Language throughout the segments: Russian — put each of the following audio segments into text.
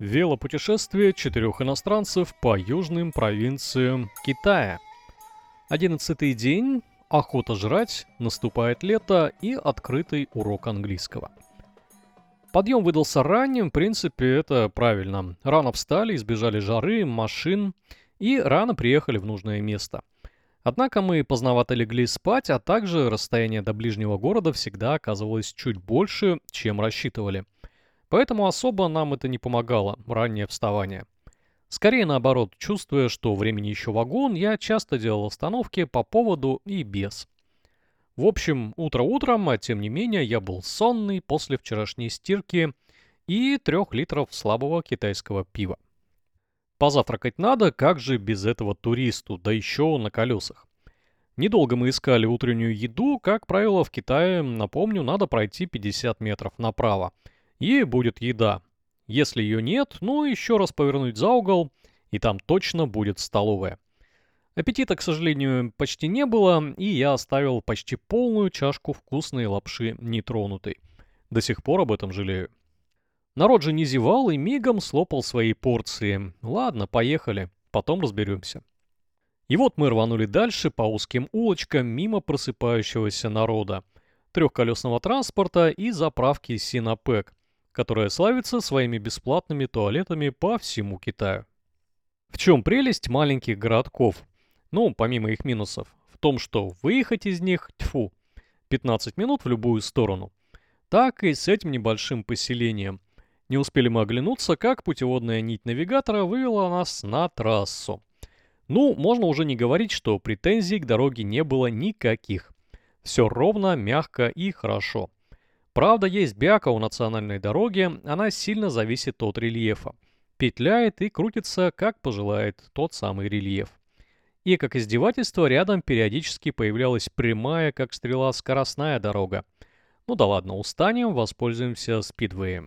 Велопутешествие 4 иностранцев по южным провинциям Китая. 11-й день, охота жрать, наступает лето и открытый урок английского. Подъем выдался ранним, в принципе, это правильно. Рано встали, избежали жары, машин и рано приехали в нужное место. Однако мы поздновато легли спать, а также расстояние до ближнего города всегда оказывалось чуть больше, чем рассчитывали. Поэтому особо нам это не помогало, раннее вставание. Скорее наоборот, чувствуя, что времени еще вагон, я часто делал остановки по поводу и без. В общем, утро утром, а тем не менее, я был сонный после вчерашней стирки и 3 литров слабого китайского пива. Позавтракать надо, как же без этого туристу, да еще на колесах. Недолго мы искали утреннюю еду, как правило, в Китае, напомню, надо пройти 50 метров направо. И будет еда. Если ее нет, ну еще раз повернуть за угол, и там точно будет столовая. Аппетита, к сожалению, почти не было, и я оставил почти полную чашку вкусной лапши нетронутой. До сих пор об этом жалею. Народ же не зевал и мигом слопал свои порции. Ладно, поехали, потом разберемся. И вот мы рванули дальше по узким улочкам мимо просыпающегося народа, трехколесного транспорта и заправки Синопек, которая славится своими бесплатными туалетами по всему Китаю. В чем прелесть маленьких городков? Ну, помимо их минусов, в том, что выехать из них, тьфу, 15 минут в любую сторону. Так и с этим небольшим поселением. Не успели мы оглянуться, как путеводная нить навигатора вывела нас на трассу. Ну, можно уже не говорить, что претензий к дороге не было никаких. Все ровно, мягко и хорошо. Правда, есть бяка у национальной дороги, она сильно зависит от рельефа. Петляет и крутится, как пожелает тот самый рельеф. И как издевательство, рядом периодически появлялась прямая, как стрела, скоростная дорога. Ну да ладно, устанем, воспользуемся спидвеем.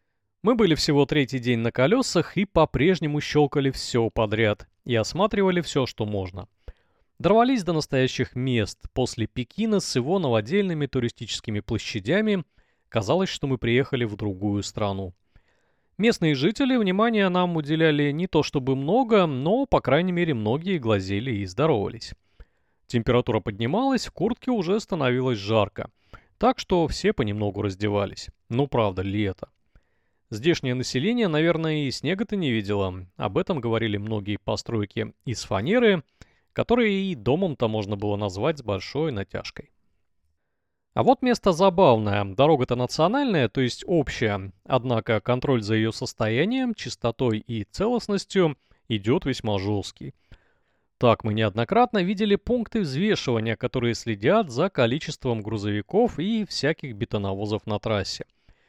Мы были всего 3-й день на колесах и по-прежнему щелкали все подряд и осматривали все, что можно. Дорвались до настоящих мест. После Пекина с его новодельными туристическими площадями казалось, что мы приехали в другую страну. Местные жители внимания нам уделяли не то чтобы много, но, по крайней мере, многие глазели и здоровались. Температура поднималась, в куртке уже становилось жарко, так что все понемногу раздевались. Ну правда, лето. Здешнее население, наверное, и снега-то не видело. Об этом говорили многие постройки из фанеры, которые и домом-то можно было назвать с большой натяжкой. А вот место забавное. Дорога-то национальная, то есть общая, однако контроль за ее состоянием, чистотой и целостностью идет весьма жесткий. Так, мы неоднократно видели пункты взвешивания, которые следят за количеством грузовиков и всяких бетоновозов на трассе.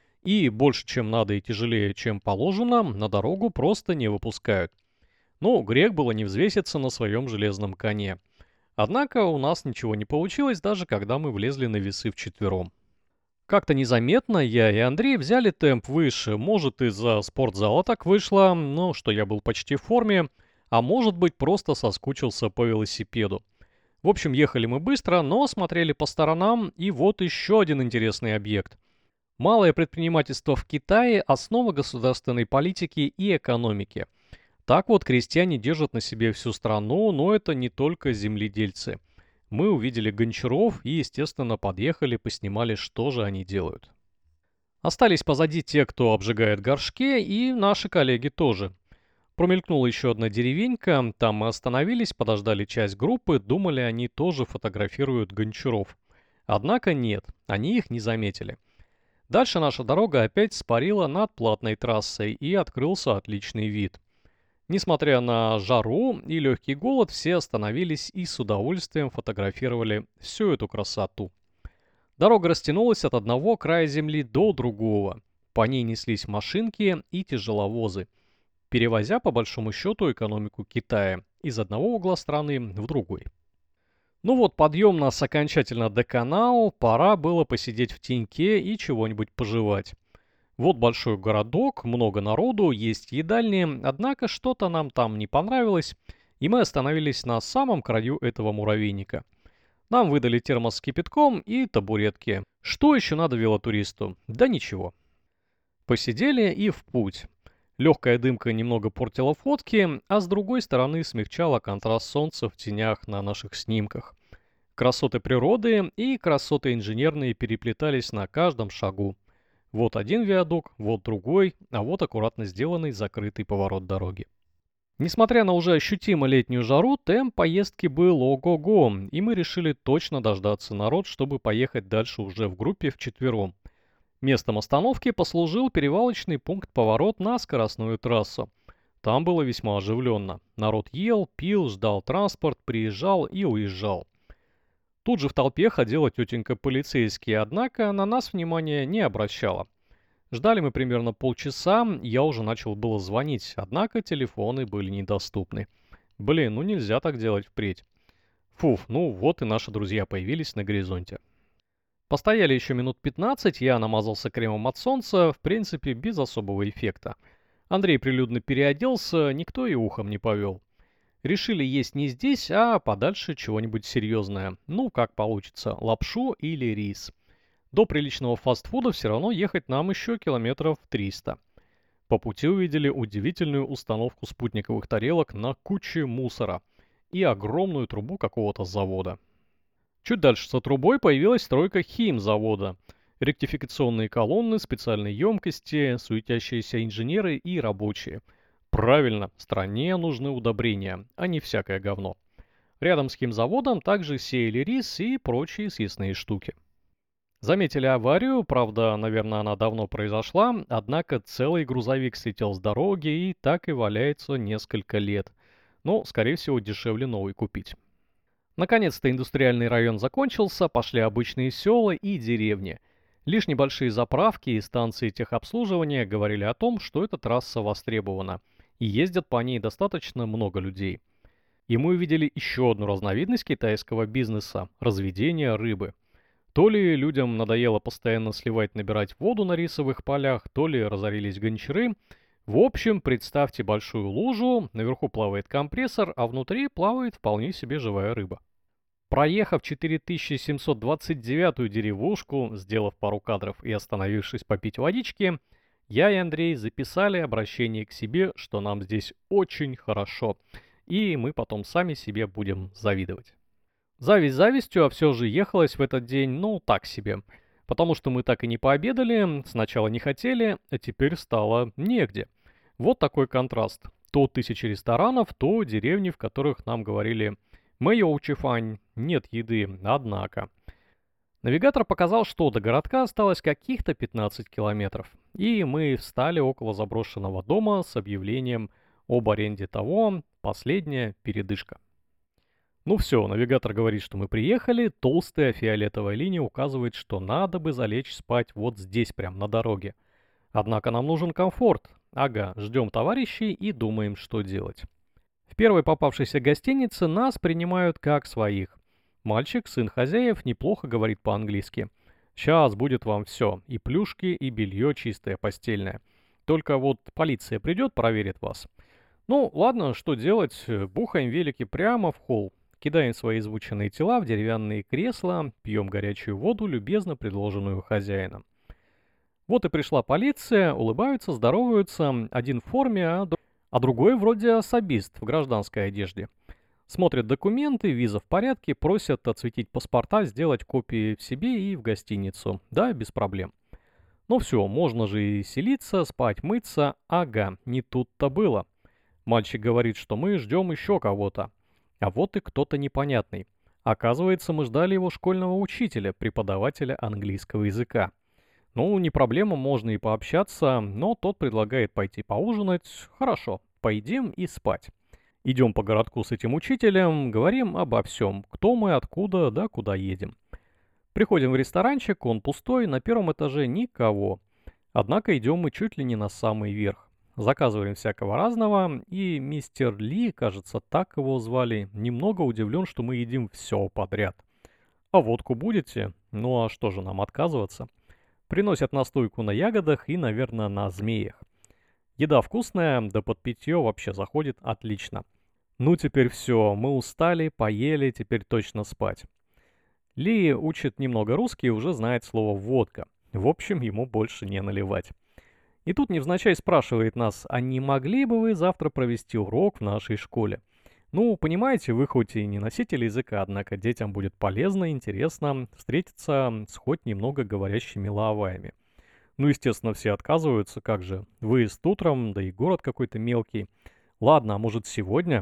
И больше, чем надо и тяжелее, чем положено, на дорогу просто не выпускают. Ну, грех было не взвеситься на своем железном коне. Однако у нас ничего не получилось, даже когда мы влезли на весы вчетвером. Как-то незаметно я и Андрей взяли темп выше. Может, из-за спортзала так вышло, но что я был почти в форме, а может быть, просто соскучился по велосипеду. В общем, ехали мы быстро, но смотрели по сторонам, и вот еще один интересный объект. Малое предпринимательство в Китае– основа государственной политики и экономики. Так вот, крестьяне держат на себе всю страну, но это не только земледельцы. Мы увидели гончаров и, естественно, подъехали, поснимали, что же они делают. Остались позади те, кто обжигает горшки, и наши коллеги тоже. Промелькнула еще одна деревенька, там мы остановились, подождали часть группы, думали, они тоже фотографируют гончаров. Однако нет, они их не заметили. Дальше наша дорога опять спарила над платной трассой, и открылся отличный вид. Несмотря на жару и легкий голод, все остановились и с удовольствием фотографировали всю эту красоту. Дорога растянулась от одного края земли до другого. По ней неслись машинки и тяжеловозы, перевозя по большому счету экономику Китая из одного угла страны в другой. Ну вот, подъем нас окончательно доконал, пора было посидеть в теньке и чего-нибудь пожевать. Вот большой городок, много народу, есть едальни, однако что-то нам там не понравилось, и мы остановились на самом краю этого муравейника. Нам выдали термос с кипятком и табуретки. Что еще надо велотуристу? Да ничего. Посидели и в путь. Легкая дымка немного портила фотки, а с другой стороны смягчала контраст солнца в тенях на наших снимках. Красоты природы и красоты инженерные переплетались на каждом шагу. Вот один виадук, вот другой, а вот аккуратно сделанный закрытый поворот дороги. Несмотря на уже ощутимо летнюю жару, темп поездки был ого-го, и мы решили точно дождаться народ, чтобы поехать дальше уже в группе вчетвером. Местом остановки послужил перевалочный пункт поворот на скоростную трассу. Там было весьма оживленно. Народ ел, пил, ждал транспорт, приезжал и уезжал. Тут же в толпе ходила тетенька полицейский, однако на нас внимания не обращала. Ждали мы примерно полчаса, я уже начал было звонить, однако телефоны были недоступны. Блин, ну нельзя так делать впредь. Фуф, ну вот и наши друзья появились на горизонте. Постояли еще минут 15, я намазался кремом от солнца, в принципе, без особого эффекта. Андрей прилюдно переоделся, никто и ухом не повел. Решили есть не здесь, а подальше чего-нибудь серьезное. Ну, как получится, лапшу или рис. До приличного фастфуда все равно ехать нам еще километров 300. По пути увидели удивительную установку спутниковых тарелок на куче мусора и огромную трубу какого-то завода. Чуть дальше за трубой появилась стройка химзавода. Ректификационные колонны, специальные емкости, суетящиеся инженеры и рабочие. Правильно, стране нужны удобрения, а не всякое говно. Рядом с химзаводом также сеяли рис и прочие съестные штуки. Заметили аварию, правда, наверное, она давно произошла, однако целый грузовик слетел с дороги и так и валяется несколько лет. Но, скорее всего, дешевле новый купить. Наконец-то индустриальный район закончился, пошли обычные села и деревни. Лишь небольшие заправки и станции техобслуживания говорили о том, что эта трасса востребована, и ездят по ней достаточно много людей. И мы увидели еще одну разновидность китайского бизнеса – разведение рыбы. То ли людям надоело постоянно сливать-набирать воду на рисовых полях, то ли разорились гончары. В общем, представьте большую лужу, наверху плавает компрессор, а внутри плавает вполне себе живая рыба. Проехав 4729-ю деревушку, сделав пару кадров и остановившись попить водички, я и Андрей записали обращение к себе, что нам здесь очень хорошо, и мы потом сами себе будем завидовать. Зависть завистью, а все же ехалось в этот день, ну, так себе. Потому что мы так и не пообедали, сначала не хотели, а теперь стало негде. Вот такой контраст. То тысячи ресторанов, то деревни, в которых нам говорили «Мэйоу Чифань», нет еды, однако. Навигатор показал, что до городка осталось каких-то 15 километров. И мы встали около заброшенного дома с объявлением об аренде того, последняя передышка. Ну все, навигатор говорит, что мы приехали, толстая фиолетовая линия указывает, что надо бы залечь спать вот здесь, прям на дороге. Однако нам нужен комфорт. Ага, ждем товарищей и думаем, что делать. В первой попавшейся гостинице нас принимают как своих. Мальчик, сын хозяев, неплохо говорит по-английски. Сейчас будет вам все, и плюшки, и белье чистое постельное. Только вот полиция придет, проверит вас. Ну, ладно, что делать, бухаем велики прямо в холл. Кидаем свои измученные тела в деревянные кресла, пьем горячую воду, любезно предложенную хозяином. Вот и пришла полиция, улыбаются, здороваются, один в форме, а другой вроде особист в гражданской одежде. Смотрят документы, виза в порядке, просят отсветить паспорта, сделать копии в себе и в гостиницу. Да, без проблем. Ну все, можно же и селиться, спать, мыться. Ага, не тут-то было. Мальчик говорит, что мы ждем еще кого-то. А вот и кто-то непонятный. Оказывается, мы ждали его школьного учителя, преподавателя английского языка. Ну, не проблема, можно и пообщаться, но тот предлагает пойти поужинать. Хорошо, поедим и спать. Идем по городку с этим учителем, говорим обо всем, кто мы, откуда, да куда едем. Приходим в ресторанчик, он пустой, на первом этаже никого. Однако идем мы чуть ли не на самый верх. Заказываем всякого разного, и мистер Ли, кажется, так его звали, немного удивлен, что мы едим все подряд. А водку будете? Ну а что же нам отказываться? Приносят настойку на ягодах и, наверное, на змеях. Еда вкусная, да под питье вообще заходит отлично. Ну теперь все, мы устали, поели, теперь точно спать. Ли учит немного русский и уже знает слово «водка». В общем, ему больше не наливать. И тут невзначай спрашивает нас, а не могли бы вы завтра провести урок в нашей школе? Ну, понимаете, вы хоть и не носитель языка, однако детям будет полезно и интересно встретиться с хоть немного говорящими лаоваями. Ну, естественно, все отказываются, как же. Выезд утром, да и город какой-то мелкий. Ладно, а может сегодня?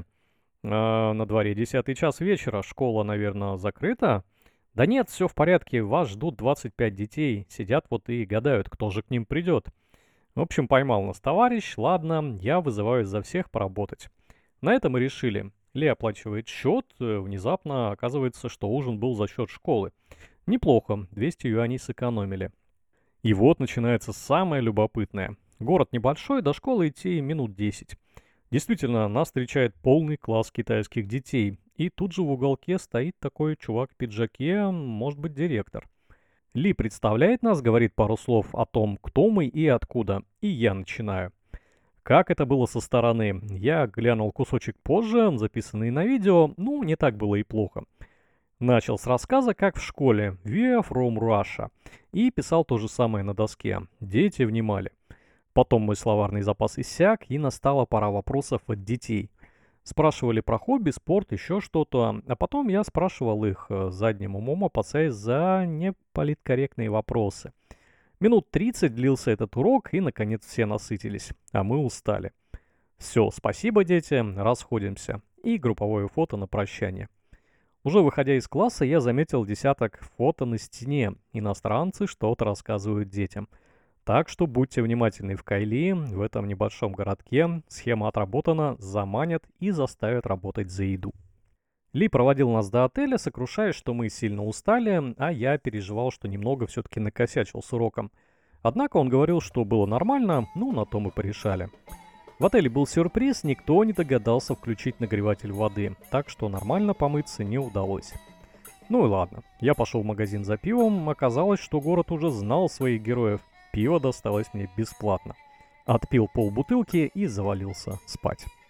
На дворе 10 час вечера, школа, наверное, закрыта? Да нет, все в порядке, вас ждут 25 детей, сидят вот и гадают, кто же к ним придет. В общем, поймал нас товарищ, ладно, я вызываюсь за всех поработать. На это мы решили. Ли оплачивает счет, внезапно оказывается, что ужин был за счет школы. Неплохо, 200 юаней сэкономили. И вот начинается самое любопытное. Город небольшой, до школы идти минут 10. Действительно, нас встречает полный класс китайских детей. И тут же в уголке стоит такой чувак в пиджаке, может быть, директор. Ли представляет нас, говорит пару слов о том, кто мы и откуда. И я начинаю. Как это было со стороны? Я глянул кусочек позже, записанный на видео, ну, не так было и плохо. Начал с рассказа, как в школе, We are from Russia, и писал то же самое на доске. Дети внимали. Потом мой словарный запас иссяк, и настала пора вопросов от детей. Спрашивали про хобби, спорт, еще что-то, а потом я спрашивал их задним умом, опасаясь за неполиткорректные вопросы. Минут 30 длился этот урок, и, наконец, все насытились, а мы устали. Все, спасибо, дети, расходимся. И групповое фото на прощание. Уже выходя из класса, я заметил десяток фото на стене. Иностранцы что-то рассказывают детям. Так что будьте внимательны в Кайли, в этом небольшом городке. Схема отработана, заманят и заставят работать за еду. Ли проводил нас до отеля, сокрушаясь, что мы сильно устали, а я переживал, что немного все-таки накосячил с уроком. Однако он говорил, что было нормально, ну на то мы порешали. В отеле был сюрприз, никто не догадался включить нагреватель воды, так что нормально помыться не удалось. Ну и ладно, я пошел в магазин за пивом, оказалось, что город уже знал своих героев. Пиво досталось мне бесплатно. Отпил полбутылки и завалился спать.